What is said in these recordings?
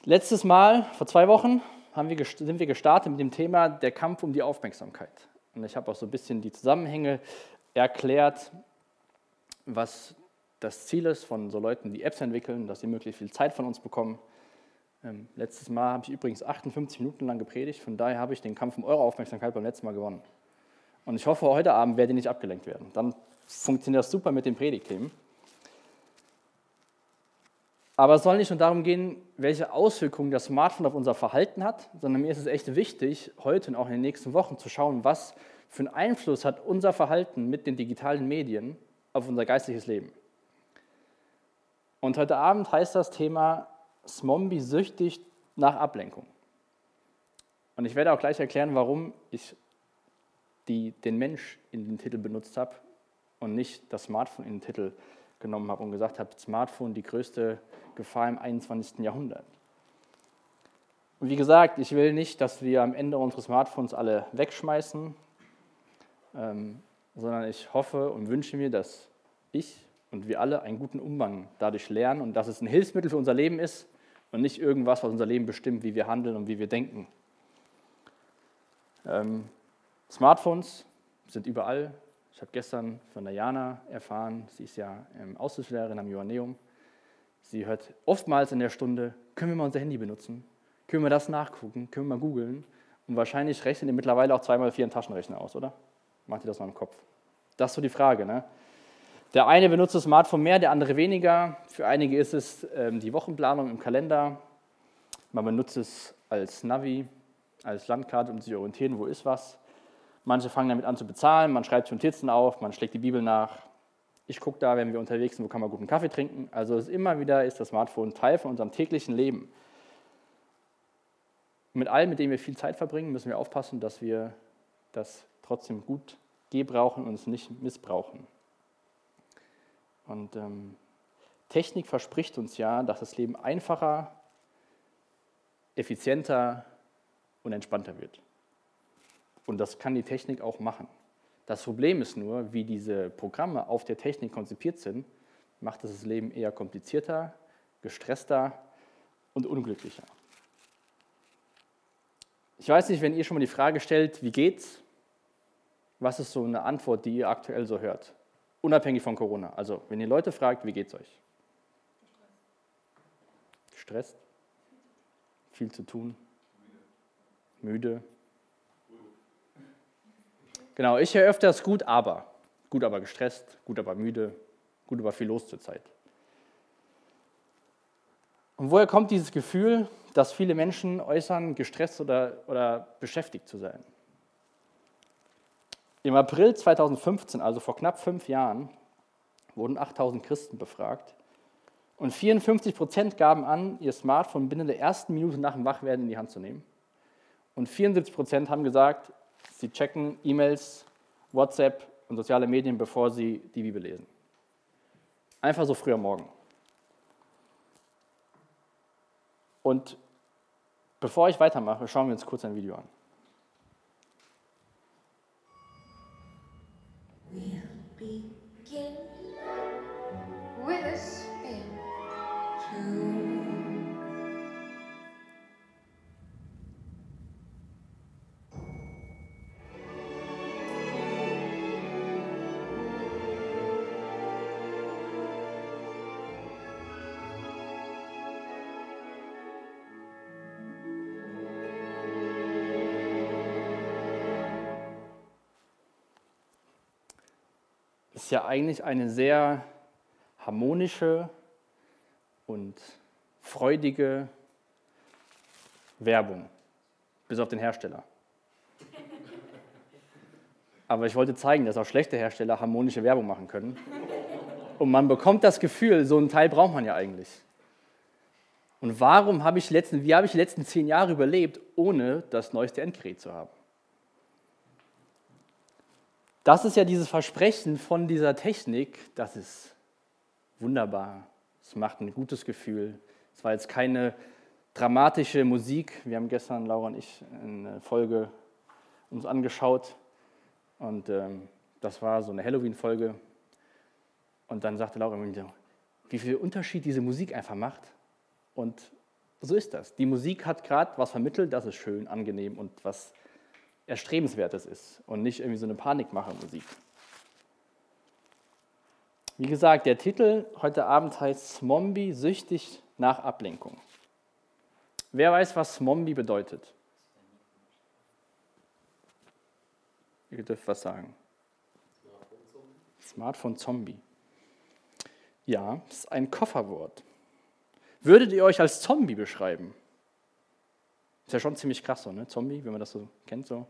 Letztes Mal, vor 2 Wochen, sind wir gestartet mit dem Thema der Kampf um die Aufmerksamkeit. Und ich habe auch so ein bisschen die Zusammenhänge erklärt, was das Ziel ist von so Leuten, die Apps entwickeln, dass sie möglichst viel Zeit von uns bekommen. Letztes Mal habe ich übrigens 58 Minuten lang gepredigt, von daher habe ich den Kampf um eure Aufmerksamkeit beim letzten Mal gewonnen. Und ich hoffe, heute Abend werdet ihr nicht abgelenkt werden. Dann funktioniert das super mit den Predigtthemen. Aber es soll nicht nur darum gehen, welche Auswirkungen das Smartphone auf unser Verhalten hat, sondern mir ist es echt wichtig, heute und auch in den nächsten Wochen zu schauen, was für einen Einfluss hat unser Verhalten mit den digitalen Medien auf unser geistliches Leben. Und heute Abend heißt das Thema Zombie süchtig nach Ablenkung. Und ich werde auch gleich erklären, warum ich den Mensch in den Titel benutzt habe und nicht das Smartphone in den Titel genommen habe und gesagt habe, Smartphone die größte Gefahr im 21. Jahrhundert. Und wie gesagt, ich will nicht, dass wir am Ende unsere Smartphones alle wegschmeißen, sondern ich hoffe und wünsche mir, dass ich und wir alle einen guten Umgang dadurch lernen und dass es ein Hilfsmittel für unser Leben ist und nicht irgendwas, was unser Leben bestimmt, wie wir handeln und wie wir denken. Smartphones sind überall. Ich habe gestern von der Jana erfahren, sie ist ja Aushilfslehrerin am Johanneum. Sie hört oftmals in der Stunde, können wir mal unser Handy benutzen? Können wir das nachgucken? Können wir mal googeln? Und wahrscheinlich rechnet ihr mittlerweile auch 2x4 einen Taschenrechner aus, oder? Macht ihr das mal im Kopf? Das ist so die Frage, ne? Der eine benutzt das Smartphone mehr, der andere weniger. Für einige ist es die Wochenplanung im Kalender. Man benutzt es als Navi, als Landkarte, um sich zu orientieren, wo ist was. Manche fangen damit an zu bezahlen, man schreibt Notizen auf, man schlägt die Bibel nach. Ich gucke da, wenn wir unterwegs sind, wo kann man guten Kaffee trinken. Also immer wieder ist das Smartphone Teil von unserem täglichen Leben. Und mit allem, mit dem wir viel Zeit verbringen, müssen wir aufpassen, dass wir das trotzdem gut gebrauchen und es nicht missbrauchen. Und Technik verspricht uns ja, dass das Leben einfacher, effizienter und entspannter wird. Und das kann die Technik auch machen. Das Problem ist nur, wie diese Programme auf der Technik konzipiert sind, macht es das Leben eher komplizierter, gestresster und unglücklicher. Ich weiß nicht, wenn ihr schon mal die Frage stellt, wie geht's? Was ist so eine Antwort, die ihr aktuell so hört? Unabhängig von Corona. Also, wenn ihr Leute fragt, wie geht's euch? Gestresst? Viel zu tun? Müde? Genau, ich höre öfters gut, aber gestresst, gut, aber müde, gut, aber viel los zur Zeit. Und woher kommt dieses Gefühl, dass viele Menschen äußern, gestresst oder beschäftigt zu sein? Im April 2015, also vor knapp 5 Jahren, wurden 8.000 Christen befragt und 54% gaben an, ihr Smartphone binnen der ersten Minute nach dem Wachwerden in die Hand zu nehmen. Und 74% haben gesagt, sie checken E-Mails, WhatsApp und soziale Medien, bevor sie die Bibel lesen. Einfach so früh am Morgen. Und bevor ich weitermache, schauen wir uns kurz ein Video an. We'll begin with a spin. Ist ja eigentlich eine sehr harmonische und freudige Werbung, bis auf den Hersteller. Aber ich wollte zeigen, dass auch schlechte Hersteller harmonische Werbung machen können. Und man bekommt das Gefühl, so einen Teil braucht man ja eigentlich. Und wie habe ich die letzten 10 Jahre überlebt, ohne das neueste Endgerät zu haben? Das ist ja dieses Versprechen von dieser Technik, das ist wunderbar, es macht ein gutes Gefühl. Es war jetzt keine dramatische Musik. Wir haben gestern, Laura und ich, eine Folge uns angeschaut und das war so eine Halloween-Folge. Und dann sagte Laura mir so, wie viel Unterschied diese Musik einfach macht und So ist das. Die Musik hat gerade was vermittelt, das ist schön, angenehm und was Erstrebenswertes ist und nicht irgendwie so eine Panikmacher-Musik. Wie gesagt, der Titel heute Abend heißt Smombi, süchtig nach Ablenkung. Wer weiß, was Smombi bedeutet? Ihr dürft was sagen. Smartphone-Zombie. Ja, das ist ein Kofferwort. Würdet ihr euch als Zombie beschreiben? Ist ja schon ziemlich krass so, ne? Zombie, wenn man das so kennt, so.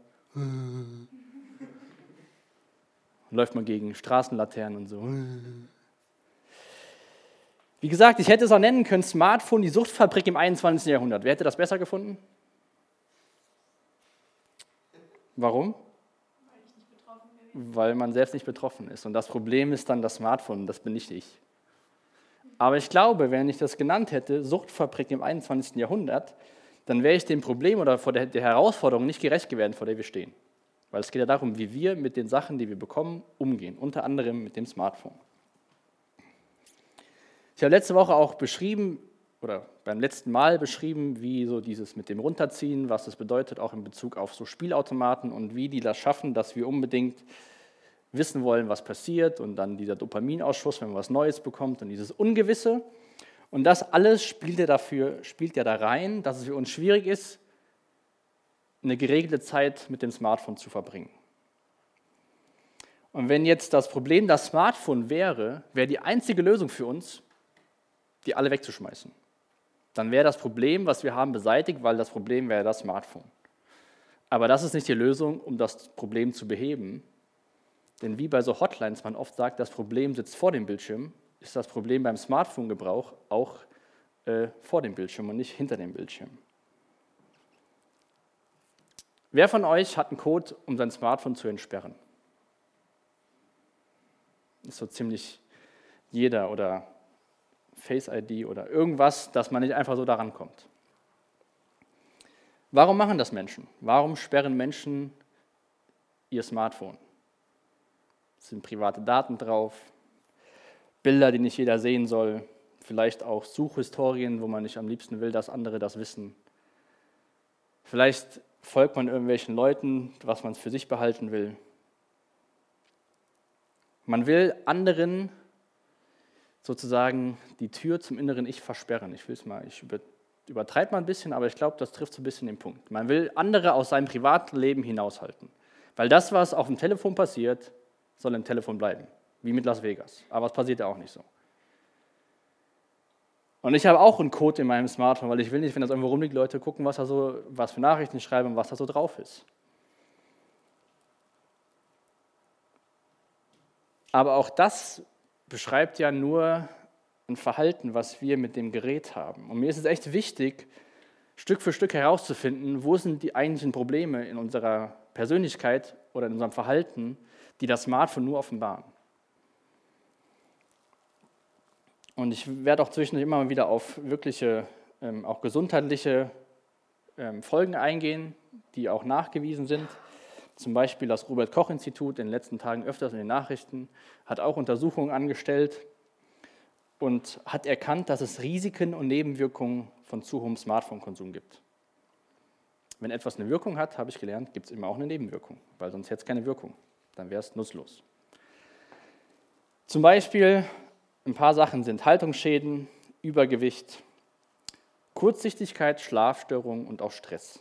Läuft man gegen Straßenlaternen und so. Wie gesagt, ich hätte es auch nennen können, Smartphone, die Suchtfabrik im 21. Jahrhundert. Wer hätte das besser gefunden? Warum? Weil man selbst nicht betroffen ist. Und das Problem ist dann das Smartphone, das bin nicht ich. Aber ich glaube, wenn ich das genannt hätte, Suchtfabrik im 21. Jahrhundert, dann wäre ich dem Problem oder vor der Herausforderung nicht gerecht geworden, vor der wir stehen. Weil es geht ja darum, wie wir mit den Sachen, die wir bekommen, umgehen. Unter anderem mit dem Smartphone. Ich habe letzte Woche auch beschrieben, oder beim letzten Mal beschrieben, wie so dieses mit dem Runterziehen, was das bedeutet, auch in Bezug auf so Spielautomaten und wie die das schaffen, dass wir unbedingt wissen wollen, was passiert und dann dieser Dopaminausschuss, wenn man was Neues bekommt und dieses Ungewisse. Und das alles spielt ja da rein, dass es für uns schwierig ist, eine geregelte Zeit mit dem Smartphone zu verbringen. Und wenn jetzt das Problem das Smartphone wäre die einzige Lösung für uns, die alle wegzuschmeißen. Dann wäre das Problem, was wir haben, beseitigt, weil das Problem wäre das Smartphone. Aber das ist nicht die Lösung, um das Problem zu beheben. Denn wie bei so Hotlines man oft sagt, das Problem sitzt vor dem Bildschirm, ist das Problem beim Smartphone-Gebrauch auch vor dem Bildschirm und nicht hinter dem Bildschirm. Wer von euch hat einen Code, um sein Smartphone zu entsperren? Ist so ziemlich jeder oder Face ID oder irgendwas, dass man nicht einfach so daran kommt. Warum machen das Menschen? Warum sperren Menschen ihr Smartphone? Es sind private Daten drauf, Bilder, die nicht jeder sehen soll, vielleicht auch Suchhistorien, wo man nicht am liebsten will, dass andere das wissen. Vielleicht folgt man irgendwelchen Leuten, was man für sich behalten will. Man will anderen sozusagen die Tür zum inneren Ich versperren. Ich übertreibe mal ein bisschen, aber ich glaube, das trifft so ein bisschen den Punkt. Man will andere aus seinem Privatleben hinaushalten. Weil das, was auf dem Telefon passiert, soll im Telefon bleiben. Wie mit Las Vegas. Aber es passiert ja auch nicht so. Und ich habe auch einen Code in meinem Smartphone, weil ich will nicht, wenn das irgendwo rumliegt, Leute gucken, was für Nachrichten ich schreibe und was da so drauf ist. Aber auch das beschreibt ja nur ein Verhalten, was wir mit dem Gerät haben. Und mir ist es echt wichtig, Stück für Stück herauszufinden, wo sind die eigentlichen Probleme in unserer Persönlichkeit oder in unserem Verhalten, die das Smartphone nur offenbaren. Und ich werde auch zwischendurch immer mal wieder auf wirkliche, auch gesundheitliche Folgen eingehen, die auch nachgewiesen sind. Zum Beispiel das Robert-Koch-Institut in den letzten Tagen öfters in den Nachrichten hat auch Untersuchungen angestellt und hat erkannt, dass es Risiken und Nebenwirkungen von zu hohem Smartphone-Konsum gibt. Wenn etwas eine Wirkung hat, habe ich gelernt, gibt es immer auch eine Nebenwirkung, weil sonst hätte es keine Wirkung. Dann wäre es nutzlos. Zum Beispiel, ein paar Sachen sind Haltungsschäden, Übergewicht, Kurzsichtigkeit, Schlafstörungen und auch Stress.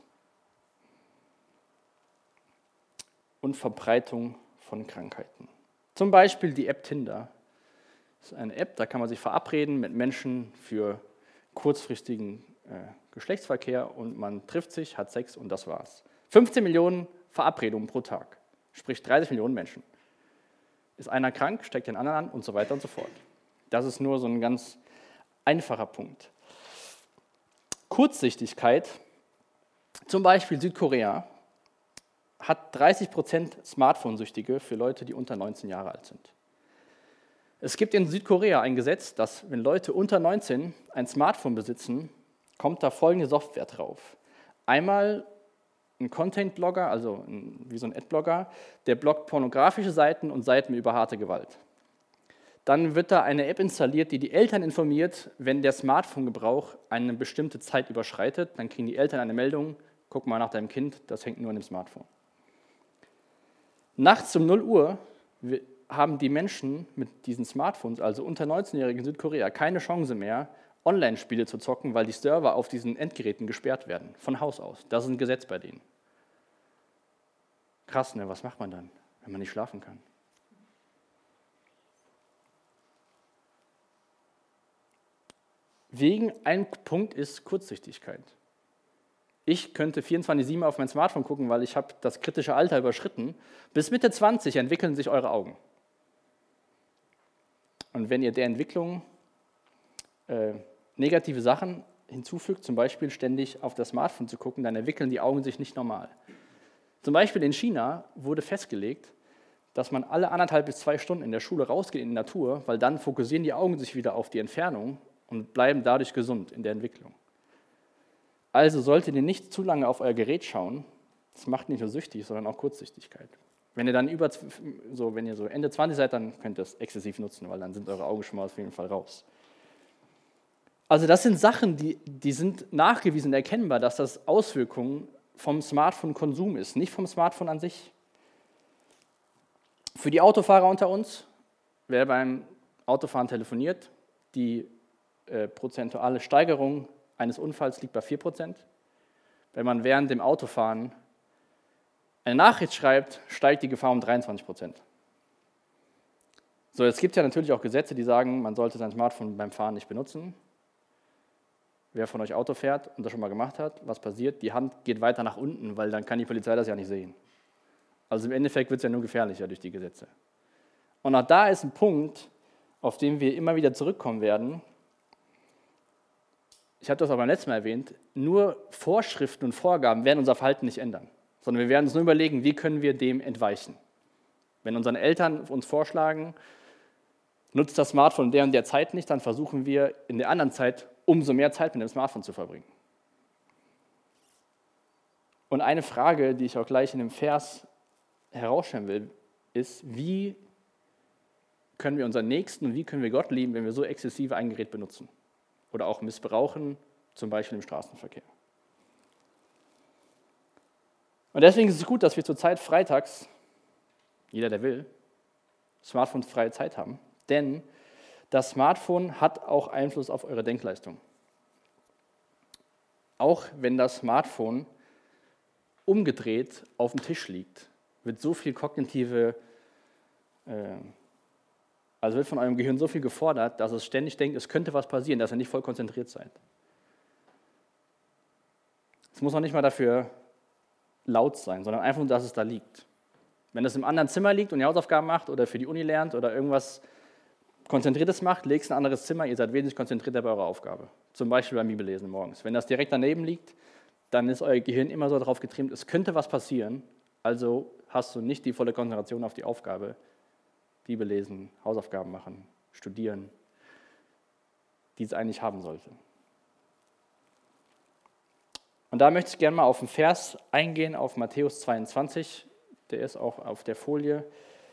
Und Verbreitung von Krankheiten. Zum Beispiel die App Tinder. Das ist eine App, da kann man sich verabreden mit Menschen für kurzfristigen Geschlechtsverkehr und man trifft sich, hat Sex und das war's. 15 Millionen Verabredungen pro Tag, sprich 30 Millionen Menschen. Ist einer krank, steckt den anderen an und so weiter und so fort. Das ist nur so ein ganz einfacher Punkt. Kurzsichtigkeit, zum Beispiel Südkorea, hat 30% Smartphone-Süchtige für Leute, die unter 19 Jahre alt sind. Es gibt in Südkorea ein Gesetz, dass wenn Leute unter 19 ein Smartphone besitzen, kommt da folgende Software drauf. Einmal ein Content-Blogger, also wie so ein Adblogger, der bloggt pornografische Seiten und Seiten über harte Gewalt. dann wird da eine App installiert, die die Eltern informiert, wenn der Smartphone-Gebrauch eine bestimmte Zeit überschreitet. Dann kriegen die Eltern eine Meldung, guck mal nach deinem Kind, das hängt nur an dem Smartphone. Nachts um 0 Uhr haben die Menschen mit diesen Smartphones, also unter 19-Jährigen in Südkorea, keine Chance mehr, Online-Spiele zu zocken, weil die Server auf diesen Endgeräten gesperrt werden, von Haus aus. Das ist ein Gesetz bei denen. Krass, ne? Was macht man dann, wenn man nicht schlafen kann? Wegen ein Punkt ist Kurzsichtigkeit. Ich könnte 24/7 auf mein Smartphone gucken, weil ich habe das kritische Alter überschritten. Bis Mitte 20 entwickeln sich eure Augen. Und wenn ihr der Entwicklung negative Sachen hinzufügt, zum Beispiel ständig auf das Smartphone zu gucken, dann entwickeln die Augen sich nicht normal. Zum Beispiel in China wurde festgelegt, dass man alle 1,5 bis 2 Stunden in der Schule rausgeht in die Natur, weil dann fokussieren die Augen sich wieder auf die Entfernung und bleiben dadurch gesund in der Entwicklung. Also solltet ihr nicht zu lange auf euer Gerät schauen, das macht nicht nur süchtig, sondern auch Kurzsichtigkeit. Wenn ihr dann wenn ihr so Ende 20 seid, dann könnt ihr es exzessiv nutzen, weil dann sind eure Augen schon mal auf jeden Fall raus. Also das sind Sachen, die sind nachgewiesen und erkennbar, dass das Auswirkungen vom Smartphone-Konsum ist, nicht vom Smartphone an sich. Für die Autofahrer unter uns, wer beim Autofahren telefoniert, die prozentuale Steigerung eines Unfalls liegt bei 4%. Wenn man während dem Autofahren eine Nachricht schreibt, steigt die Gefahr um 23%. So, es gibt ja natürlich auch Gesetze, die sagen, man sollte sein Smartphone beim Fahren nicht benutzen. Wer von euch Auto fährt und das schon mal gemacht hat, was passiert? Die Hand geht weiter nach unten, weil dann kann die Polizei das ja nicht sehen. Also im Endeffekt wird es ja nur gefährlicher durch die Gesetze. Und auch da ist ein Punkt, auf den wir immer wieder zurückkommen werden. Ich habe das auch beim letzten Mal erwähnt, nur Vorschriften und Vorgaben werden unser Verhalten nicht ändern, sondern wir werden uns nur überlegen, wie können wir dem entweichen. Wenn unsere Eltern uns vorschlagen, nutzt das Smartphone in der und der Zeit nicht, dann versuchen wir in der anderen Zeit umso mehr Zeit mit dem Smartphone zu verbringen. Und eine Frage, die ich auch gleich in dem Vers herausstellen will, ist, wie können wir unseren Nächsten und wie können wir Gott lieben, wenn wir so exzessiv ein Gerät benutzen oder auch missbrauchen, zum Beispiel im Straßenverkehr. Und deswegen ist es gut, dass wir zur Zeit freitags, jeder der will, smartphone-freie Zeit haben, denn das Smartphone hat auch Einfluss auf eure Denkleistung. Auch wenn das Smartphone umgedreht auf dem Tisch liegt, wird so viel wird von eurem Gehirn so viel gefordert, dass es ständig denkt, es könnte was passieren, dass ihr nicht voll konzentriert seid. Es muss noch nicht mal dafür laut sein, sondern einfach nur, dass es da liegt. Wenn es im anderen Zimmer liegt und ihr Hausaufgaben macht oder für die Uni lernt oder irgendwas Konzentriertes macht, legt es in ein anderes Zimmer, ihr seid wesentlich konzentrierter bei eurer Aufgabe. Zum Beispiel beim Bibellesen morgens. Wenn das direkt daneben liegt, dann ist euer Gehirn immer so darauf getrimmt, es könnte was passieren, also hast du nicht die volle Konzentration auf die Aufgabe, Bibel lesen, Hausaufgaben machen, studieren, die es eigentlich haben sollte. Und da möchte ich gerne mal auf den Vers eingehen, auf Matthäus 22, der ist auch auf der Folie,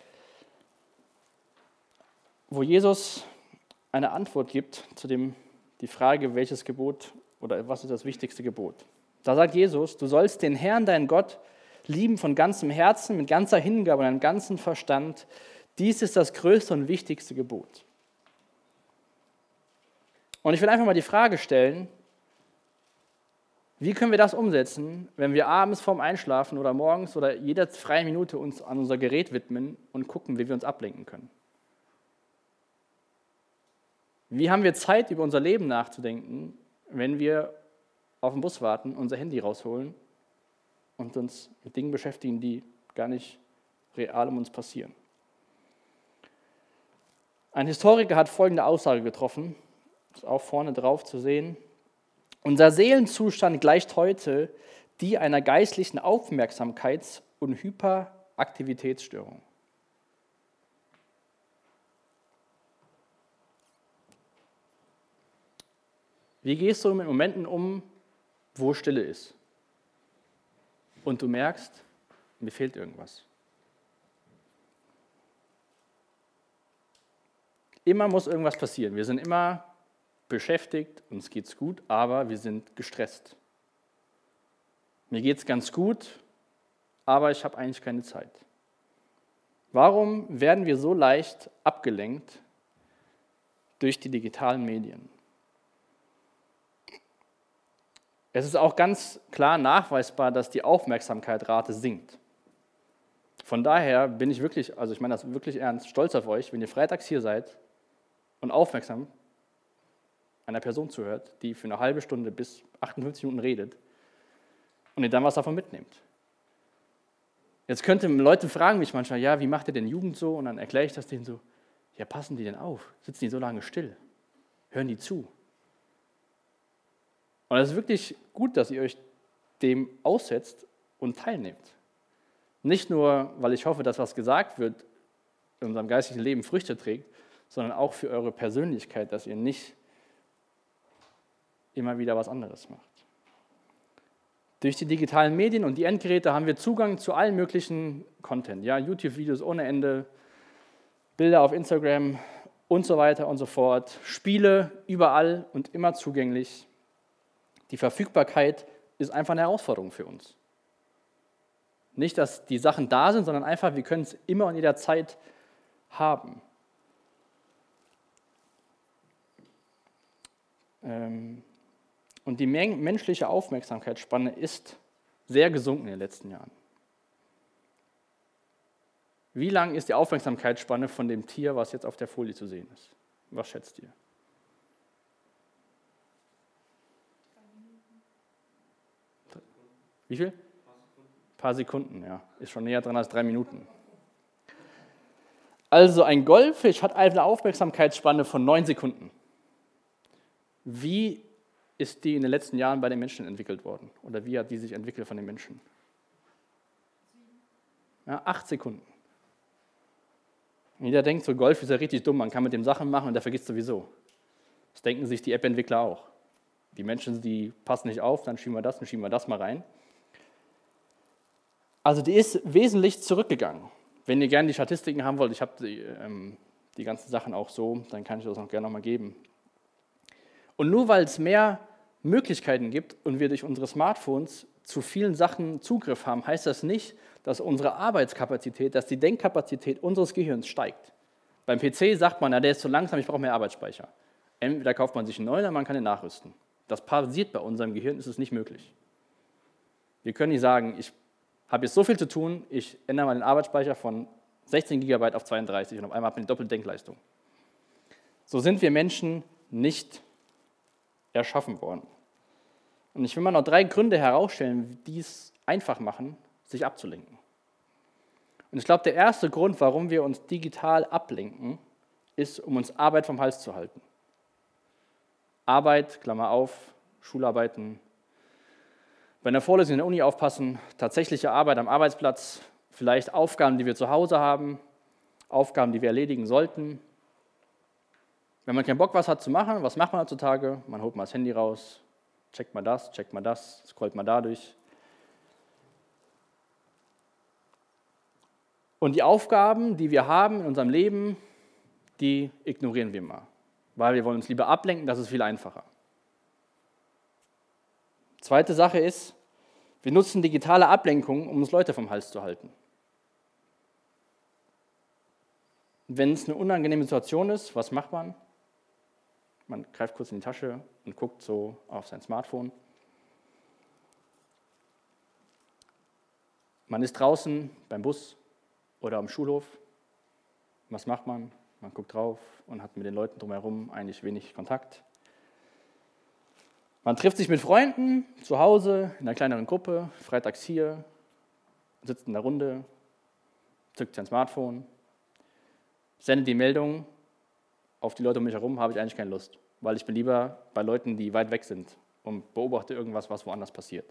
wo Jesus eine Antwort gibt zu die Frage, welches Gebot oder was ist das wichtigste Gebot. Da sagt Jesus, du sollst den Herrn, deinen Gott, lieben von ganzem Herzen, mit ganzer Hingabe und einem ganzen Verstand. Dies ist das größte und wichtigste Gebot. Und ich will einfach mal die Frage stellen, wie können wir das umsetzen, wenn wir abends vorm Einschlafen oder morgens oder jede freie Minute uns an unser Gerät widmen und gucken, wie wir uns ablenken können? Wie haben wir Zeit, über unser Leben nachzudenken, wenn wir auf den Bus warten, unser Handy rausholen und uns mit Dingen beschäftigen, die gar nicht real um uns passieren? Ein Historiker hat folgende Aussage getroffen, ist auch vorne drauf zu sehen. Unser Seelenzustand gleicht heute die einer geistlichen Aufmerksamkeits- und Hyperaktivitätsstörung. Wie gehst du mit Momenten um, wo Stille ist? Und du merkst, mir fehlt irgendwas. Immer muss irgendwas passieren. Wir sind immer beschäftigt, uns geht's gut, aber wir sind gestresst. Mir geht's ganz gut, aber ich habe eigentlich keine Zeit. Warum werden wir so leicht abgelenkt durch die digitalen Medien? Es ist auch ganz klar nachweisbar, dass die Aufmerksamkeitsrate sinkt. Von daher bin ich wirklich, also ich meine das wirklich ernst, stolz auf euch, wenn ihr freitags hier seid und aufmerksam einer Person zuhört, die für eine halbe Stunde bis 58 Minuten redet und ihr dann was davon mitnehmt. Jetzt könnten Leute fragen mich manchmal, ja, wie macht ihr denn Jugend so? Und dann erkläre ich das denen so, ja, passen die denn auf? Sitzen die so lange still? Hören die zu? Und es ist wirklich gut, dass ihr euch dem aussetzt und teilnehmt. Nicht nur, weil ich hoffe, dass was gesagt wird in unserem geistlichen Leben Früchte trägt, sondern auch für eure Persönlichkeit, dass ihr nicht immer wieder was anderes macht. Durch die digitalen Medien und die Endgeräte haben wir Zugang zu allen möglichen Content, ja, YouTube-Videos ohne Ende, Bilder auf Instagram und so weiter und so fort, Spiele überall und immer zugänglich. Die Verfügbarkeit ist einfach eine Herausforderung für uns. Nicht, dass die Sachen da sind, sondern einfach, wir können es immer und jederzeit haben. Und die menschliche Aufmerksamkeitsspanne ist sehr gesunken in den letzten Jahren. Wie lang ist die Aufmerksamkeitsspanne von dem Tier, was jetzt auf der Folie zu sehen ist? Was schätzt ihr? Wie viel? Ein paar Sekunden, ja. Ist schon näher dran als 3 Minuten. Also ein Goldfisch hat eine Aufmerksamkeitsspanne von 9 Sekunden. Wie ist die in den letzten Jahren bei den Menschen entwickelt worden? Oder wie hat die sich entwickelt von den Menschen? Ja, 8 Sekunden. Und jeder denkt, so Golf ist ja richtig dumm, man kann mit dem Sachen machen und der vergisst sowieso. Das denken sich die App-Entwickler auch. Die Menschen, die passen nicht auf, dann schieben wir das mal rein. Also die ist wesentlich zurückgegangen. Wenn ihr gerne die Statistiken haben wollt, ich habe die ganzen Sachen auch so, dann kann ich das auch gerne nochmal geben. Und nur weil es mehr Möglichkeiten gibt und wir durch unsere Smartphones zu vielen Sachen Zugriff haben, heißt das nicht, dass unsere Arbeitskapazität, dass die Denkkapazität unseres Gehirns steigt. Beim PC sagt man, ja, der ist zu langsam, ich brauche mehr Arbeitsspeicher. Entweder kauft man sich einen neuen oder man kann ihn nachrüsten. Das passiert bei unserem Gehirn, ist es nicht möglich. Wir können nicht sagen, ich habe jetzt so viel zu tun, ich ändere mal den Arbeitsspeicher von 16 GB auf 32 und auf einmal habe ich eine doppelte Denkleistung. So sind wir Menschen nicht erschaffen worden. Und ich will mal noch 3 Gründe herausstellen, die es einfach machen, sich abzulenken. Und ich glaube, der erste Grund, warum wir uns digital ablenken, ist, um uns Arbeit vom Hals zu halten. Arbeit, Klammer auf, Schularbeiten, bei einer Vorlesung in der Uni aufpassen, tatsächliche Arbeit am Arbeitsplatz, vielleicht Aufgaben, die wir zu Hause haben, Aufgaben, die wir erledigen sollten. Wenn man keinen Bock was hat zu machen, was macht man heutzutage? Man holt mal das Handy raus, checkt mal das, scrollt mal da durch. Und die Aufgaben, die wir haben in unserem Leben, die ignorieren wir mal, weil wir wollen uns lieber ablenken, das ist viel einfacher. Zweite Sache ist, wir nutzen digitale Ablenkung, um uns Leute vom Hals zu halten. Wenn es eine unangenehme Situation ist, was macht man? Man greift kurz in die Tasche und guckt so auf sein Smartphone. Man ist draußen beim Bus oder am Schulhof. Was macht man? Man guckt drauf und hat mit den Leuten drumherum eigentlich wenig Kontakt. Man trifft sich mit Freunden zu Hause in einer kleineren Gruppe, freitags hier, sitzt in der Runde, zückt sein Smartphone, sendet die Meldung auf die Leute um mich herum, habe ich eigentlich keine Lust, weil ich bin lieber bei Leuten, die weit weg sind und beobachte irgendwas, was woanders passiert.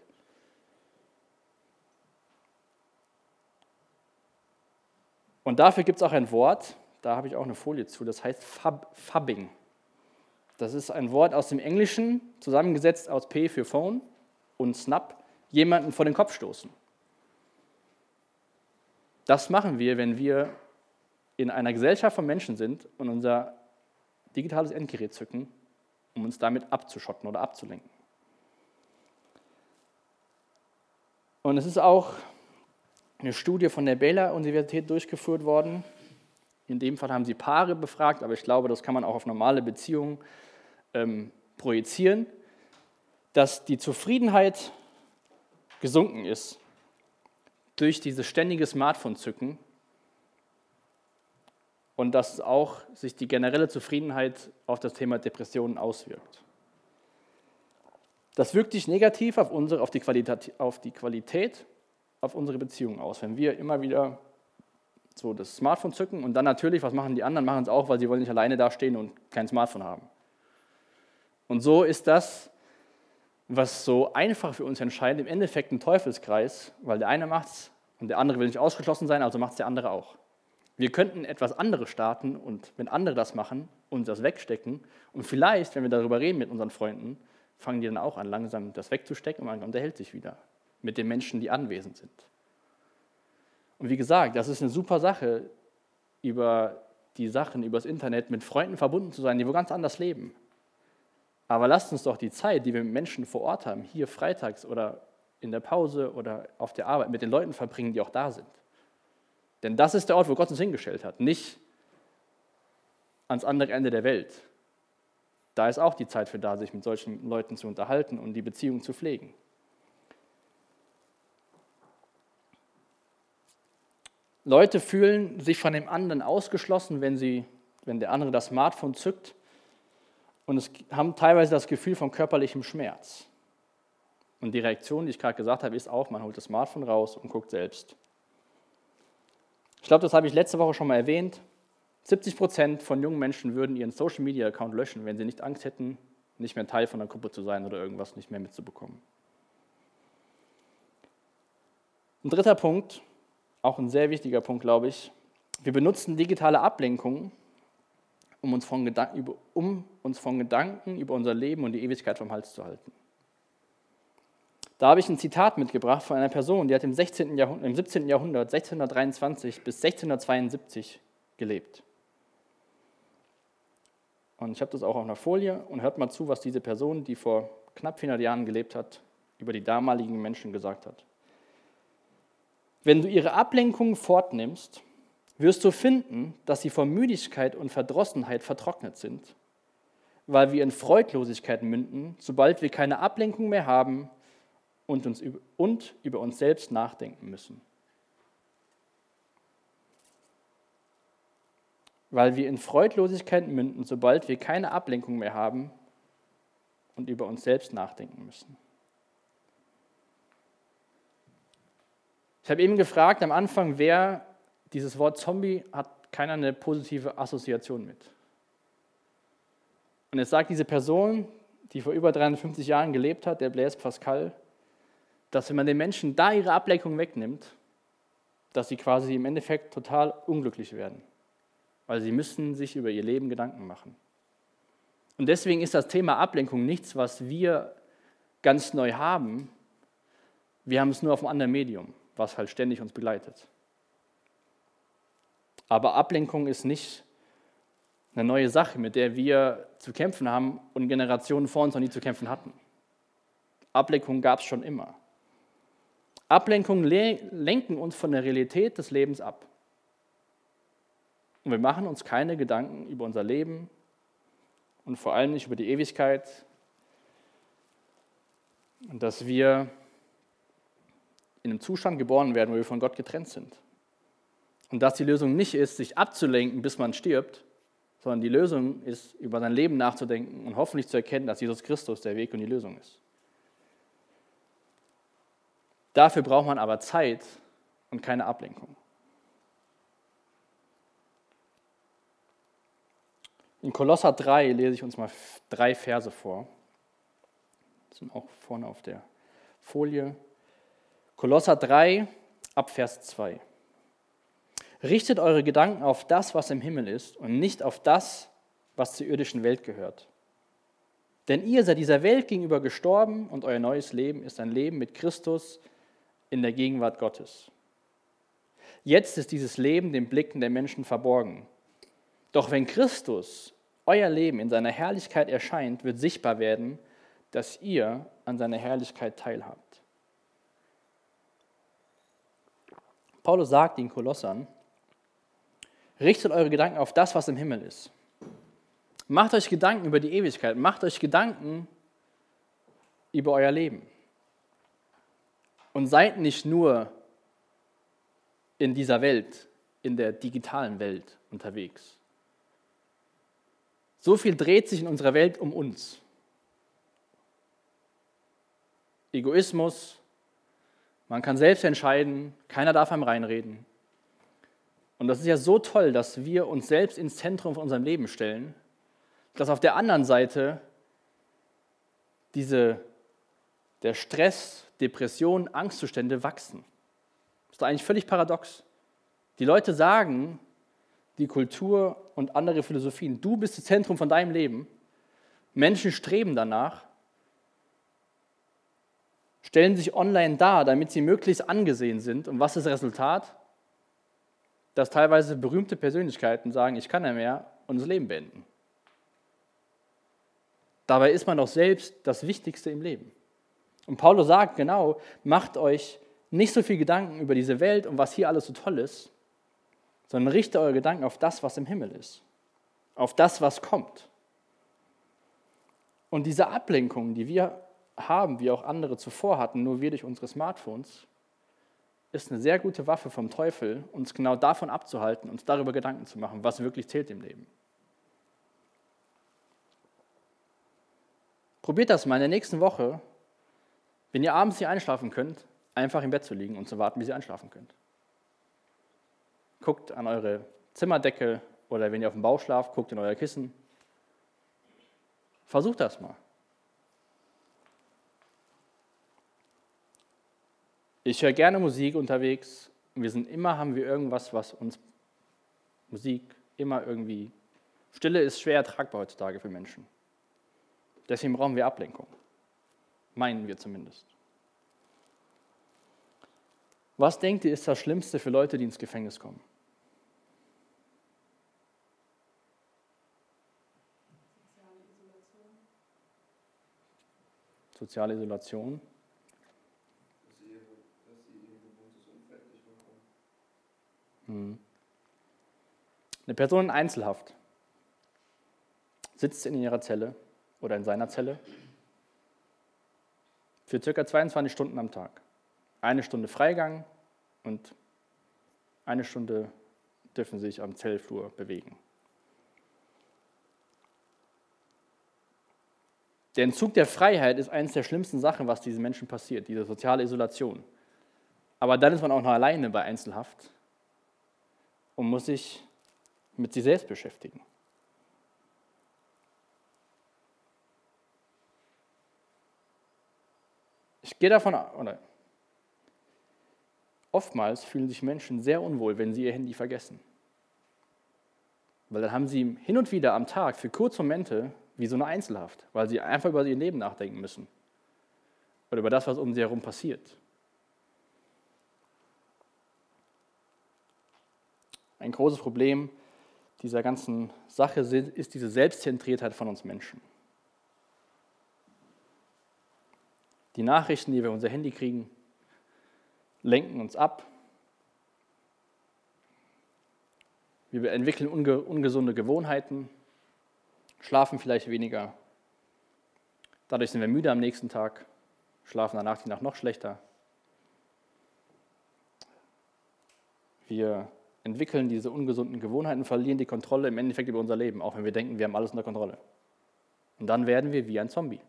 Und dafür gibt es auch ein Wort, da habe ich auch eine Folie zu, das heißt Phubbing. Das ist ein Wort aus dem Englischen, zusammengesetzt aus P für Phone und Snap, jemanden vor den Kopf stoßen. Das machen wir, wenn wir in einer Gesellschaft von Menschen sind und unser digitales Endgerät zücken, um uns damit abzuschotten oder abzulenken. Und es ist auch eine Studie von der Baylor-Universität durchgeführt worden. In dem Fall haben sie Paare befragt, aber ich glaube, das kann man auch auf normale Beziehungen projizieren, dass die Zufriedenheit gesunken ist durch dieses ständige Smartphone-Zücken und dass auch sich die generelle Zufriedenheit auf das Thema Depressionen auswirkt. Das wirkt sich negativ auf die Qualität, auf unsere Beziehung aus. Wenn wir immer wieder so das Smartphone zücken und dann natürlich, was machen die anderen? Machen es auch, weil sie wollen nicht alleine dastehen und kein Smartphone haben. Und so ist das, was so einfach für uns entscheidet, im Endeffekt ein Teufelskreis, weil der eine macht es und der andere will nicht ausgeschlossen sein, also macht es der andere auch. Wir könnten etwas anderes starten und wenn andere das machen und das wegstecken und vielleicht, wenn wir darüber reden mit unseren Freunden, fangen die dann auch an, langsam das wegzustecken und man unterhält sich wieder mit den Menschen, die anwesend sind. Und wie gesagt, das ist eine super Sache, über das Internet mit Freunden verbunden zu sein, die wo ganz anders leben. Aber lasst uns doch die Zeit, die wir mit Menschen vor Ort haben, hier freitags oder in der Pause oder auf der Arbeit, mit den Leuten verbringen, die auch da sind. Denn das ist der Ort, wo Gott uns hingestellt hat, nicht ans andere Ende der Welt. Da ist auch die Zeit für da, sich mit solchen Leuten zu unterhalten und die Beziehung zu pflegen. Leute fühlen sich von dem anderen ausgeschlossen, wenn der andere das Smartphone zückt und haben teilweise das Gefühl von körperlichem Schmerz. Und die Reaktion, die ich gerade gesagt habe, ist auch, man holt das Smartphone raus und guckt selbst. Ich glaube, das habe ich letzte Woche schon mal erwähnt. 70% von jungen Menschen würden ihren Social-Media-Account löschen, wenn sie nicht Angst hätten, nicht mehr Teil von einer Gruppe zu sein oder irgendwas nicht mehr mitzubekommen. Ein dritter Punkt, auch ein sehr wichtiger Punkt, glaube ich. Wir benutzen digitale Ablenkungen, um uns von Gedanken über unser Leben und die Ewigkeit vom Hals zu halten. Da habe ich ein Zitat mitgebracht von einer Person, die hat im 17. Jahrhundert, 1623 bis 1672 gelebt. Und ich habe das auch auf einer Folie und hört mal zu, was diese Person, die vor knapp 400 Jahren gelebt hat, über die damaligen Menschen gesagt hat. Wenn du ihre Ablenkungen fortnimmst, wirst du finden, dass sie vor Müdigkeit und Verdrossenheit vertrocknet sind, weil wir in Freudlosigkeit münden, sobald wir keine Ablenkung mehr haben und über uns selbst nachdenken müssen. Weil wir in Freudlosigkeit münden, sobald wir keine Ablenkung mehr haben und über uns selbst nachdenken müssen. Ich habe eben gefragt am Anfang, wer dieses Wort Zombie hat keiner eine positive Assoziation mit. Und jetzt sagt diese Person, die vor über 350 Jahren gelebt hat, der Blaise Pascal, dass wenn man den Menschen da ihre Ablenkung wegnimmt, dass sie quasi im Endeffekt total unglücklich werden. Weil sie müssen sich über ihr Leben Gedanken machen. Und deswegen ist das Thema Ablenkung nichts, was wir ganz neu haben. Wir haben es nur auf einem anderen Medium, was halt ständig uns begleitet. Aber Ablenkung ist nicht eine neue Sache, mit der wir zu kämpfen haben und Generationen vor uns noch nie zu kämpfen hatten. Ablenkung gab es schon immer. Ablenkungen lenken uns von der Realität des Lebens ab. Und wir machen uns keine Gedanken über unser Leben und vor allem nicht über die Ewigkeit und dass wir in einem Zustand geboren werden, wo wir von Gott getrennt sind. Und dass die Lösung nicht ist, sich abzulenken, bis man stirbt, sondern die Lösung ist, über sein Leben nachzudenken und hoffentlich zu erkennen, dass Jesus Christus der Weg und die Lösung ist. Dafür braucht man aber Zeit und keine Ablenkung. In Kolosser 3 lese ich uns mal 3 Verse vor. Das sind auch vorne auf der Folie. Kolosser 3, ab Vers 2. Richtet eure Gedanken auf das, was im Himmel ist und nicht auf das, was zur irdischen Welt gehört. Denn ihr seid dieser Welt gegenüber gestorben und euer neues Leben ist ein Leben mit Christus in der Gegenwart Gottes. Jetzt ist dieses Leben den Blicken der Menschen verborgen. Doch wenn Christus euer Leben in seiner Herrlichkeit erscheint, wird sichtbar werden, dass ihr an seiner Herrlichkeit teilhabt. Paulus sagt den Kolossern, richtet eure Gedanken auf das, was im Himmel ist. Macht euch Gedanken über die Ewigkeit, macht euch Gedanken über euer Leben. Und seid nicht nur in dieser Welt, in der digitalen Welt unterwegs. So viel dreht sich in unserer Welt um uns. Egoismus, man kann selbst entscheiden, keiner darf einem reinreden. Und das ist ja so toll, dass wir uns selbst ins Zentrum von unserem Leben stellen, dass auf der anderen Seite der Stress, Depression, Angstzustände wachsen. Das ist doch eigentlich völlig paradox. Die Leute sagen, die Kultur und andere Philosophien, du bist das Zentrum von deinem Leben. Menschen streben danach, stellen sich online dar, damit sie möglichst angesehen sind. Und was ist das Resultat? Dass teilweise berühmte Persönlichkeiten sagen, ich kann nicht mehr und das Leben beenden. Dabei ist man doch selbst das Wichtigste im Leben. Und Paulus sagt genau, macht euch nicht so viel Gedanken über diese Welt und was hier alles so toll ist, sondern richtet eure Gedanken auf das, was im Himmel ist, auf das, was kommt. Und diese Ablenkung, die wir haben, wie auch andere zuvor hatten, nur wir durch unsere Smartphones, ist eine sehr gute Waffe vom Teufel, uns genau davon abzuhalten, uns darüber Gedanken zu machen, was wirklich zählt im Leben. Probiert das mal in der nächsten Woche, wenn ihr abends nicht einschlafen könnt, einfach im Bett zu liegen und zu warten, bis ihr einschlafen könnt. Guckt an eure Zimmerdecke oder wenn ihr auf dem Bauch schlaft, guckt in euer Kissen. Versucht das mal. Ich höre gerne Musik unterwegs. Haben wir irgendwas, was uns Musik immer irgendwie. Stille ist schwer ertragbar heutzutage für Menschen. Deswegen brauchen wir Ablenkung. Meinen wir zumindest. Was denkt ihr, ist das Schlimmste für Leute, die ins Gefängnis kommen? Soziale Isolation. Dass sie ihr gewohntes Umfeld nicht bekommen. Eine Person in Einzelhaft sitzt in ihrer Zelle oder in seiner Zelle für ca. 22 Stunden am Tag. 1 Stunde Freigang und 1 Stunde dürfen sie sich am Zellflur bewegen. Der Entzug der Freiheit ist eines der schlimmsten Sachen, was diesen Menschen passiert, diese soziale Isolation. Aber dann ist man auch noch alleine bei Einzelhaft und muss sich mit sich selbst beschäftigen. Ich gehe davon aus, oftmals fühlen sich Menschen sehr unwohl, wenn sie ihr Handy vergessen. Weil dann haben sie hin und wieder am Tag für kurze Momente wie so eine Einzelhaft, weil sie einfach über ihr Leben nachdenken müssen oder über das, was um sie herum passiert. Ein großes Problem dieser ganzen Sache ist diese Selbstzentriertheit von uns Menschen. Die Nachrichten, die wir auf unser Handy kriegen, lenken uns ab. Wir entwickeln ungesunde Gewohnheiten, schlafen vielleicht weniger. Dadurch sind wir müde am nächsten Tag, schlafen danach die Nacht noch schlechter. Wir entwickeln diese ungesunden Gewohnheiten, verlieren die Kontrolle im Endeffekt über unser Leben, auch wenn wir denken, wir haben alles unter Kontrolle. Und dann werden wir wie ein Zombie.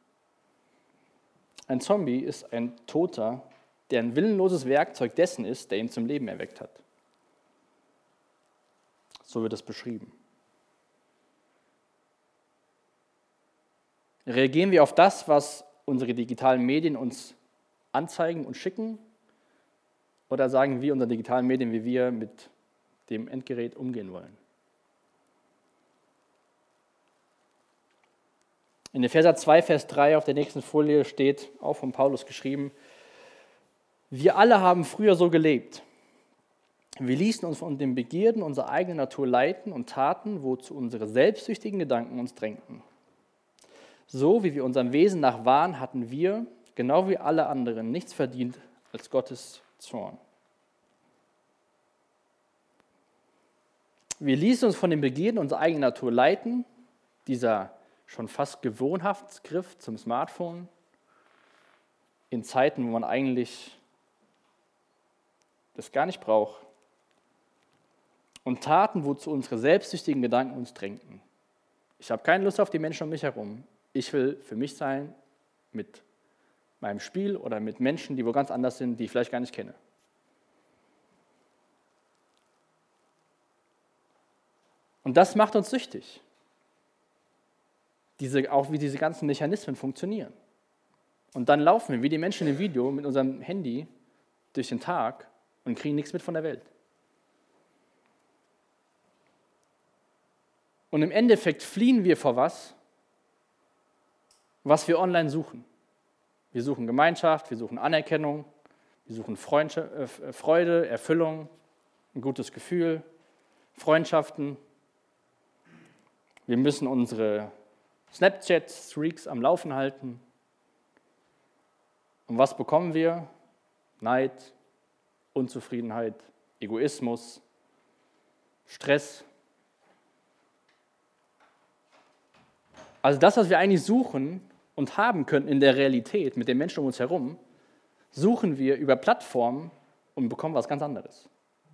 Ein Zombie ist ein Toter, der ein willenloses Werkzeug dessen ist, der ihn zum Leben erweckt hat. So wird es beschrieben. Reagieren wir auf das, was unsere digitalen Medien uns anzeigen und schicken? Oder sagen wir unseren digitalen Medien, wie wir mit dem Endgerät umgehen wollen? In Epheser 2, Vers 3 auf der nächsten Folie steht, auch von Paulus geschrieben, wir alle haben früher so gelebt. Wir ließen uns von den Begierden unserer eigenen Natur leiten und taten, wozu unsere selbstsüchtigen Gedanken uns drängten. So wie wir unserem Wesen nach waren, hatten wir, genau wie alle anderen, nichts verdient als Gottes Zorn. Wir ließen uns von den Begierden unserer eigenen Natur leiten, dieser schon fast Gewohnheitsgriff zum Smartphone, in Zeiten, wo man eigentlich das gar nicht braucht, und taten, wozu unsere selbstsüchtigen Gedanken uns drängten. Ich habe keine Lust auf die Menschen um mich herum. Ich will für mich sein mit meinem Spiel oder mit Menschen, die wo ganz anders sind, die ich vielleicht gar nicht kenne. Und das macht uns süchtig. Auch wie diese ganzen Mechanismen funktionieren. Und dann laufen wir wie die Menschen im Video mit unserem Handy durch den Tag und kriegen nichts mit von der Welt. Und im Endeffekt fliehen wir vor was wir online suchen. Wir suchen Gemeinschaft, wir suchen Anerkennung, wir suchen Freude, Erfüllung, ein gutes Gefühl, Freundschaften. Wir müssen unsere Snapchat-Streaks am Laufen halten. Und was bekommen wir? Neid, Unzufriedenheit, Egoismus, Stress. Also das, was wir eigentlich suchen und haben können in der Realität mit den Menschen um uns herum, suchen wir über Plattformen und bekommen was ganz anderes.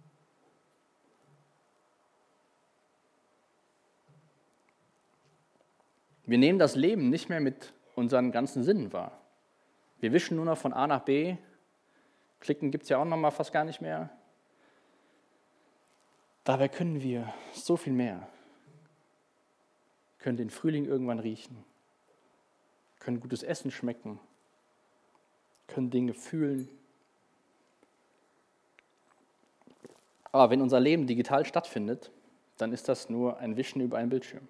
Wir nehmen das Leben nicht mehr mit unseren ganzen Sinnen wahr. Wir wischen nur noch von A nach B. Klicken gibt es ja auch noch mal fast gar nicht mehr. Dabei können wir so viel mehr. Können den Frühling irgendwann riechen, können gutes Essen schmecken, können Dinge fühlen. Aber wenn unser Leben digital stattfindet, dann ist das nur ein Wischen über einen Bildschirm.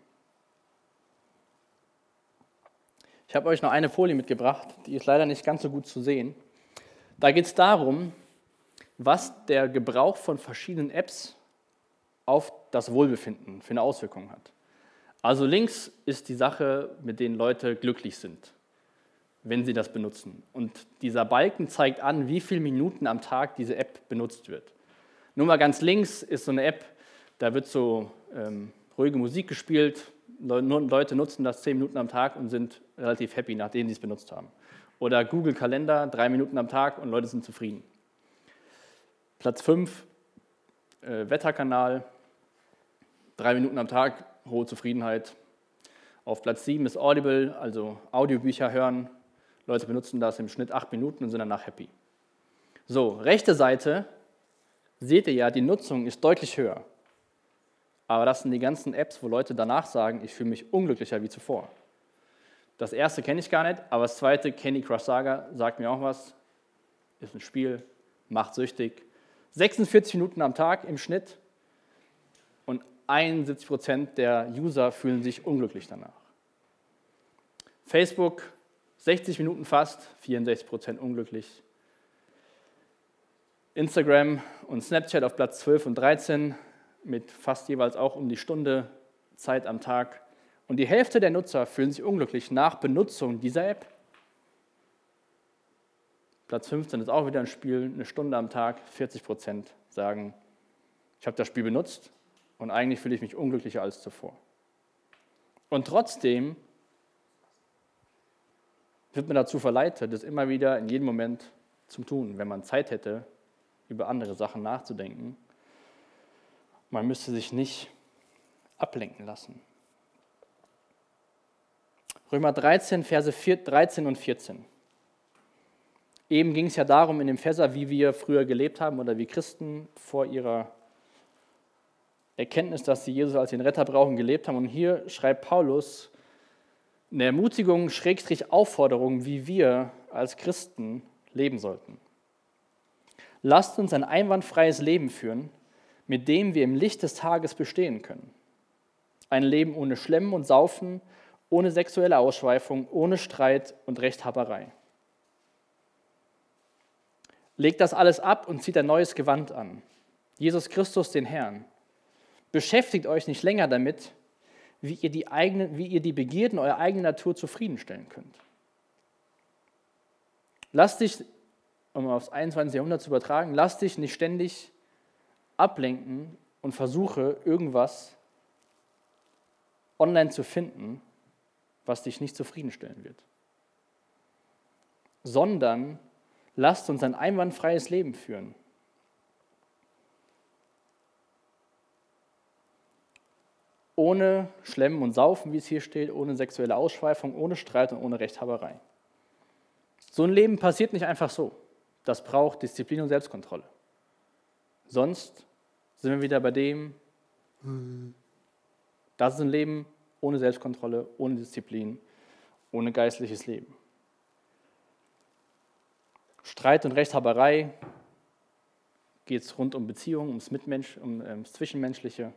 Ich habe euch noch eine Folie mitgebracht, die ist leider nicht ganz so gut zu sehen. Da geht es darum, was der Gebrauch von verschiedenen Apps auf das Wohlbefinden für eine Auswirkung hat. Also links ist die Sache, mit denen Leute glücklich sind, wenn sie das benutzen. Und dieser Balken zeigt an, wie viele Minuten am Tag diese App benutzt wird. Nur mal ganz links ist so eine App, da wird so ruhige Musik gespielt. Leute nutzen das 10 Minuten am Tag und sind relativ happy, nachdem sie es benutzt haben. Oder Google Kalender, 3 Minuten am Tag und Leute sind zufrieden. Platz 5, Wetterkanal, 3 Minuten am Tag, hohe Zufriedenheit. Auf Platz 7 ist Audible, also Audiobücher hören. Leute benutzen das im Schnitt 8 Minuten und sind danach happy. So, rechte Seite, seht ihr ja, die Nutzung ist deutlich höher. Aber das sind die ganzen Apps, wo Leute danach sagen, ich fühle mich unglücklicher wie zuvor. Das erste kenne ich gar nicht, aber das zweite, Candy Crush Saga, sagt mir auch was. Ist ein Spiel, macht süchtig. 46 Minuten am Tag im Schnitt und 71% der User fühlen sich unglücklich danach. Facebook, 60 Minuten fast, 64% unglücklich. Instagram und Snapchat auf Platz 12 und 13 mit fast jeweils auch um die Stunde Zeit am Tag. Und die Hälfte der Nutzer fühlen sich unglücklich nach Benutzung dieser App. Platz 15 ist auch wieder ein Spiel, eine Stunde am Tag, 40% sagen, ich habe das Spiel benutzt und eigentlich fühle ich mich unglücklicher als zuvor. Und trotzdem wird man dazu verleitet, das immer wieder in jedem Moment zu tun, wenn man Zeit hätte, über andere Sachen nachzudenken. Man müsste sich nicht ablenken lassen. Römer 13, Verse 13 und 14. Eben ging es ja darum in dem Verse, wie wir früher gelebt haben oder wie Christen vor ihrer Erkenntnis, dass sie Jesus als den Retter brauchen, gelebt haben. Und hier schreibt Paulus eine Ermutigung, Schrägstrich Aufforderung, wie wir als Christen leben sollten. Lasst uns ein einwandfreies Leben führen, mit dem wir im Licht des Tages bestehen können. Ein Leben ohne Schlemmen und Saufen, ohne sexuelle Ausschweifung, ohne Streit und Rechthaberei. Legt das alles ab und zieht ein neues Gewand an. Jesus Christus, den Herrn. Beschäftigt euch nicht länger damit, wie ihr die Begierden eurer eigenen Natur zufriedenstellen könnt. Lass dich, um aufs 21. Jahrhundert zu übertragen, lass dich nicht ständig ablenken und versuche, irgendwas online zu finden, was dich nicht zufriedenstellen wird. Sondern lasst uns ein einwandfreies Leben führen. Ohne Schlemmen und Saufen, wie es hier steht, ohne sexuelle Ausschweifung, ohne Streit und ohne Rechthaberei. So ein Leben passiert nicht einfach so. Das braucht Disziplin und Selbstkontrolle. Sonst sind wir wieder bei dem, das ist ein Leben ohne Selbstkontrolle, ohne Disziplin, ohne geistliches Leben. Streit und Rechthaberei geht es rund um Beziehungen, ums Zwischenmenschliche.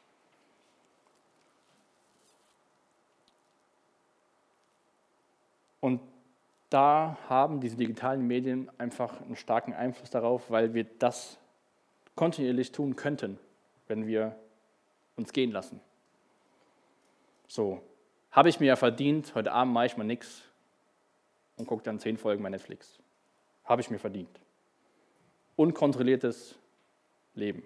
Und da haben diese digitalen Medien einfach einen starken Einfluss darauf, weil wir das kontinuierlich tun könnten, wenn wir uns gehen lassen. So, habe ich mir ja verdient, heute Abend mache ich mal nichts und gucke dann 10 Folgen bei Netflix. Habe ich mir verdient. Unkontrolliertes Leben.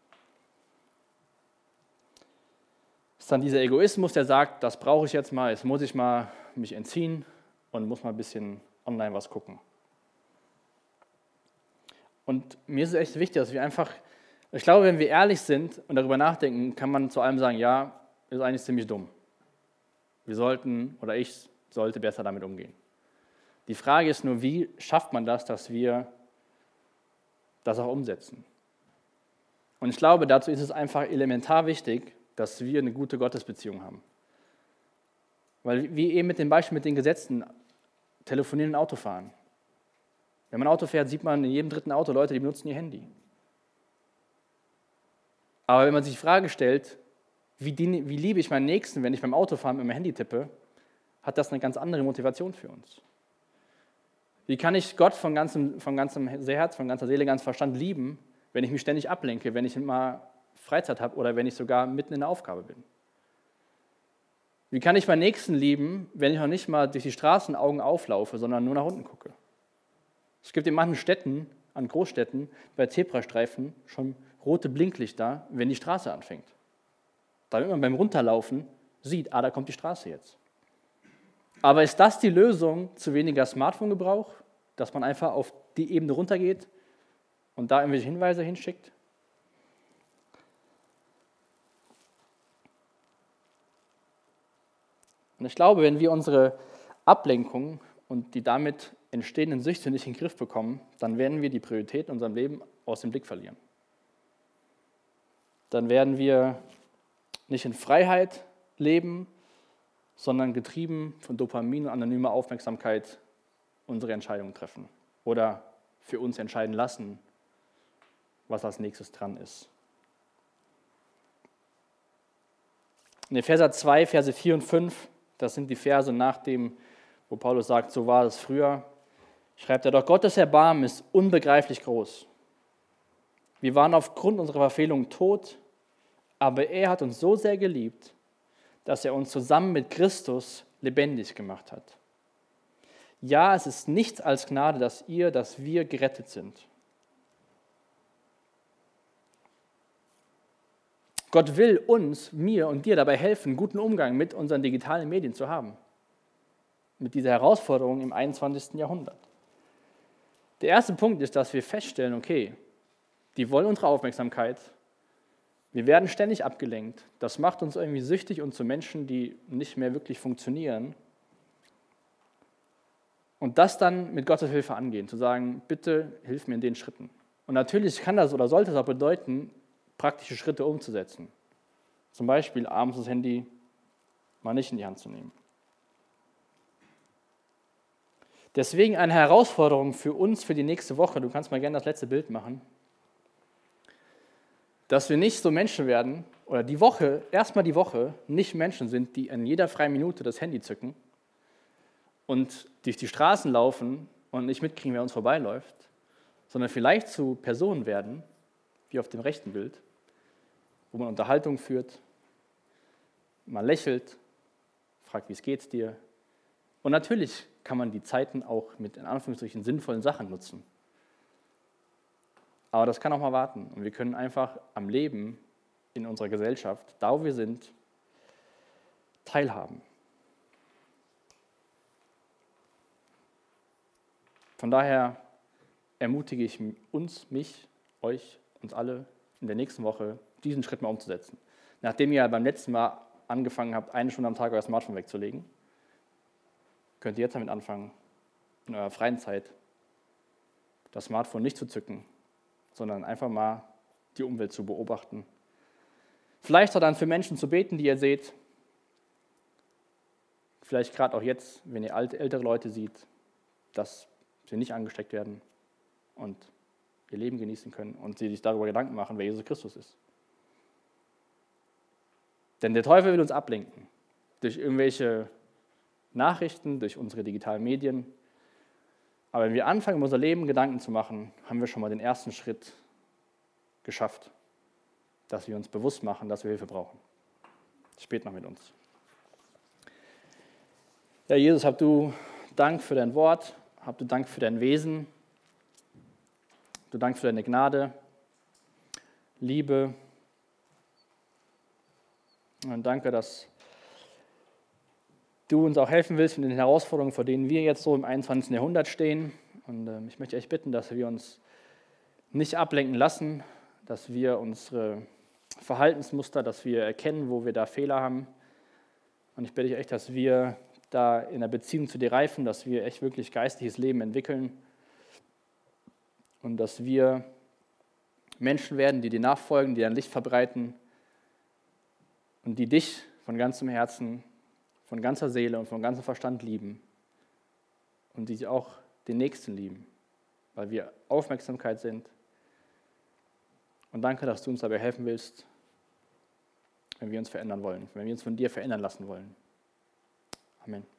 Es ist dann dieser Egoismus, der sagt, das brauche ich jetzt mal, jetzt muss ich mal mich entziehen und muss mal ein bisschen online was gucken. Und mir ist es echt wichtig, dass wir einfach, ich glaube, wenn wir ehrlich sind und darüber nachdenken, kann man zu allem sagen, ja, ist eigentlich ziemlich dumm. Wir sollten, oder ich sollte besser damit umgehen. Die Frage ist nur, wie schafft man das, dass wir das auch umsetzen? Und ich glaube, dazu ist es einfach elementar wichtig, dass wir eine gute Gottesbeziehung haben. Weil wie eben mit dem Beispiel mit den Gesetzen, telefonieren und Autofahren. Wenn man Auto fährt, sieht man in jedem dritten Auto Leute, die benutzen ihr Handy. Aber wenn man sich die Frage stellt, wie liebe ich meinen Nächsten, wenn ich beim Autofahren mit meinem Handy tippe, hat das eine ganz andere Motivation für uns. Wie kann ich Gott von ganzem Herz, von ganzer Seele, ganzem Verstand lieben, wenn ich mich ständig ablenke, wenn ich immer Freizeit habe oder wenn ich sogar mitten in der Aufgabe bin? Wie kann ich meinen Nächsten lieben, wenn ich noch nicht mal durch die Straßenaugen auflaufe, sondern nur nach unten gucke? Es gibt in manchen Städten, an Großstädten, bei Zebrastreifen schon rote Blinklichter, wenn die Straße anfängt. Damit man beim Runterlaufen sieht, da kommt die Straße jetzt. Aber ist das die Lösung zu weniger Smartphone-Gebrauch, dass man einfach auf die Ebene runtergeht und da irgendwelche Hinweise hinschickt? Und ich glaube, wenn wir unsere Ablenkung und die damit entstehenden Süchte nicht in den Griff bekommen, dann werden wir die Priorität in unserem Leben aus dem Blick verlieren. Dann werden wir nicht in Freiheit leben, sondern getrieben von Dopamin und anonymer Aufmerksamkeit unsere Entscheidungen treffen oder für uns entscheiden lassen, was als nächstes dran ist. In Epheser 2, Verse 4 und 5, das sind die Verse nach dem, wo Paulus sagt, so war es früher, schreibt er, doch Gottes Erbarmen ist unbegreiflich groß. Wir waren aufgrund unserer Verfehlung tot, aber er hat uns so sehr geliebt, dass er uns zusammen mit Christus lebendig gemacht hat. Ja, es ist nichts als Gnade, dass wir gerettet sind. Gott will uns, mir und dir dabei helfen, guten Umgang mit unseren digitalen Medien zu haben. Mit dieser Herausforderung im 21. Jahrhundert. Der erste Punkt ist, dass wir feststellen, okay, die wollen unsere Aufmerksamkeit. Wir werden ständig abgelenkt. Das macht uns irgendwie süchtig und zu Menschen, die nicht mehr wirklich funktionieren. Und das dann mit Gottes Hilfe angehen, zu sagen, bitte hilf mir in den Schritten. Und natürlich kann das oder sollte es auch bedeuten, praktische Schritte umzusetzen. Zum Beispiel abends das Handy mal nicht in die Hand zu nehmen. Deswegen eine Herausforderung für uns für die nächste Woche, du kannst mal gerne das letzte Bild machen, dass wir nicht so Menschen werden, oder erstmal die Woche nicht Menschen sind, die in jeder freien Minute das Handy zücken und durch die Straßen laufen und nicht mitkriegen, wer uns vorbeiläuft, sondern vielleicht zu Personen werden, wie auf dem rechten Bild, wo man Unterhaltung führt, man lächelt, fragt, wie es geht's dir. Und natürlich kann man die Zeiten auch mit in Anführungsstrichen sinnvollen Sachen nutzen. Aber das kann auch mal warten. Und wir können einfach am Leben in unserer Gesellschaft, da wo wir sind, teilhaben. Von daher ermutige ich mich, euch, uns alle in der nächsten Woche diesen Schritt mal umzusetzen. Nachdem ihr beim letzten Mal angefangen habt, 1 Stunde am Tag euer Smartphone wegzulegen, könnt ihr jetzt damit anfangen, in eurer freien Zeit das Smartphone nicht zu zücken, sondern einfach mal die Umwelt zu beobachten. Vielleicht auch dann für Menschen zu beten, die ihr seht. Vielleicht gerade auch jetzt, wenn ihr ältere Leute seht, dass sie nicht angesteckt werden und ihr Leben genießen können und sie sich darüber Gedanken machen, wer Jesus Christus ist. Denn der Teufel will uns ablenken durch irgendwelche Nachrichten, durch unsere digitalen Medien. Aber wenn wir anfangen, über unser Leben Gedanken zu machen, haben wir schon mal den ersten Schritt geschafft, dass wir uns bewusst machen, dass wir Hilfe brauchen. Spät noch mit uns. Ja, Jesus, hab du Dank für dein Wort, hab du Dank für dein Wesen, du Dank für deine Gnade, Liebe. Und danke, dass du uns auch helfen willst in den Herausforderungen, vor denen wir jetzt so im 21. Jahrhundert stehen. Und ich möchte echt bitten, dass wir uns nicht ablenken lassen, dass wir unsere Verhaltensmuster, dass wir erkennen, wo wir da Fehler haben. Und ich bitte dich echt, dass wir da in der Beziehung zu dir reifen, dass wir echt wirklich geistliches Leben entwickeln und dass wir Menschen werden, die dir nachfolgen, die dein Licht verbreiten und die dich von ganzem Herzen, von ganzer Seele und von ganzem Verstand lieben und die auch den Nächsten lieben, weil wir Aufmerksamkeit sind. Und danke, dass du uns dabei helfen willst, wenn wir uns verändern wollen, wenn wir uns von dir verändern lassen wollen. Amen.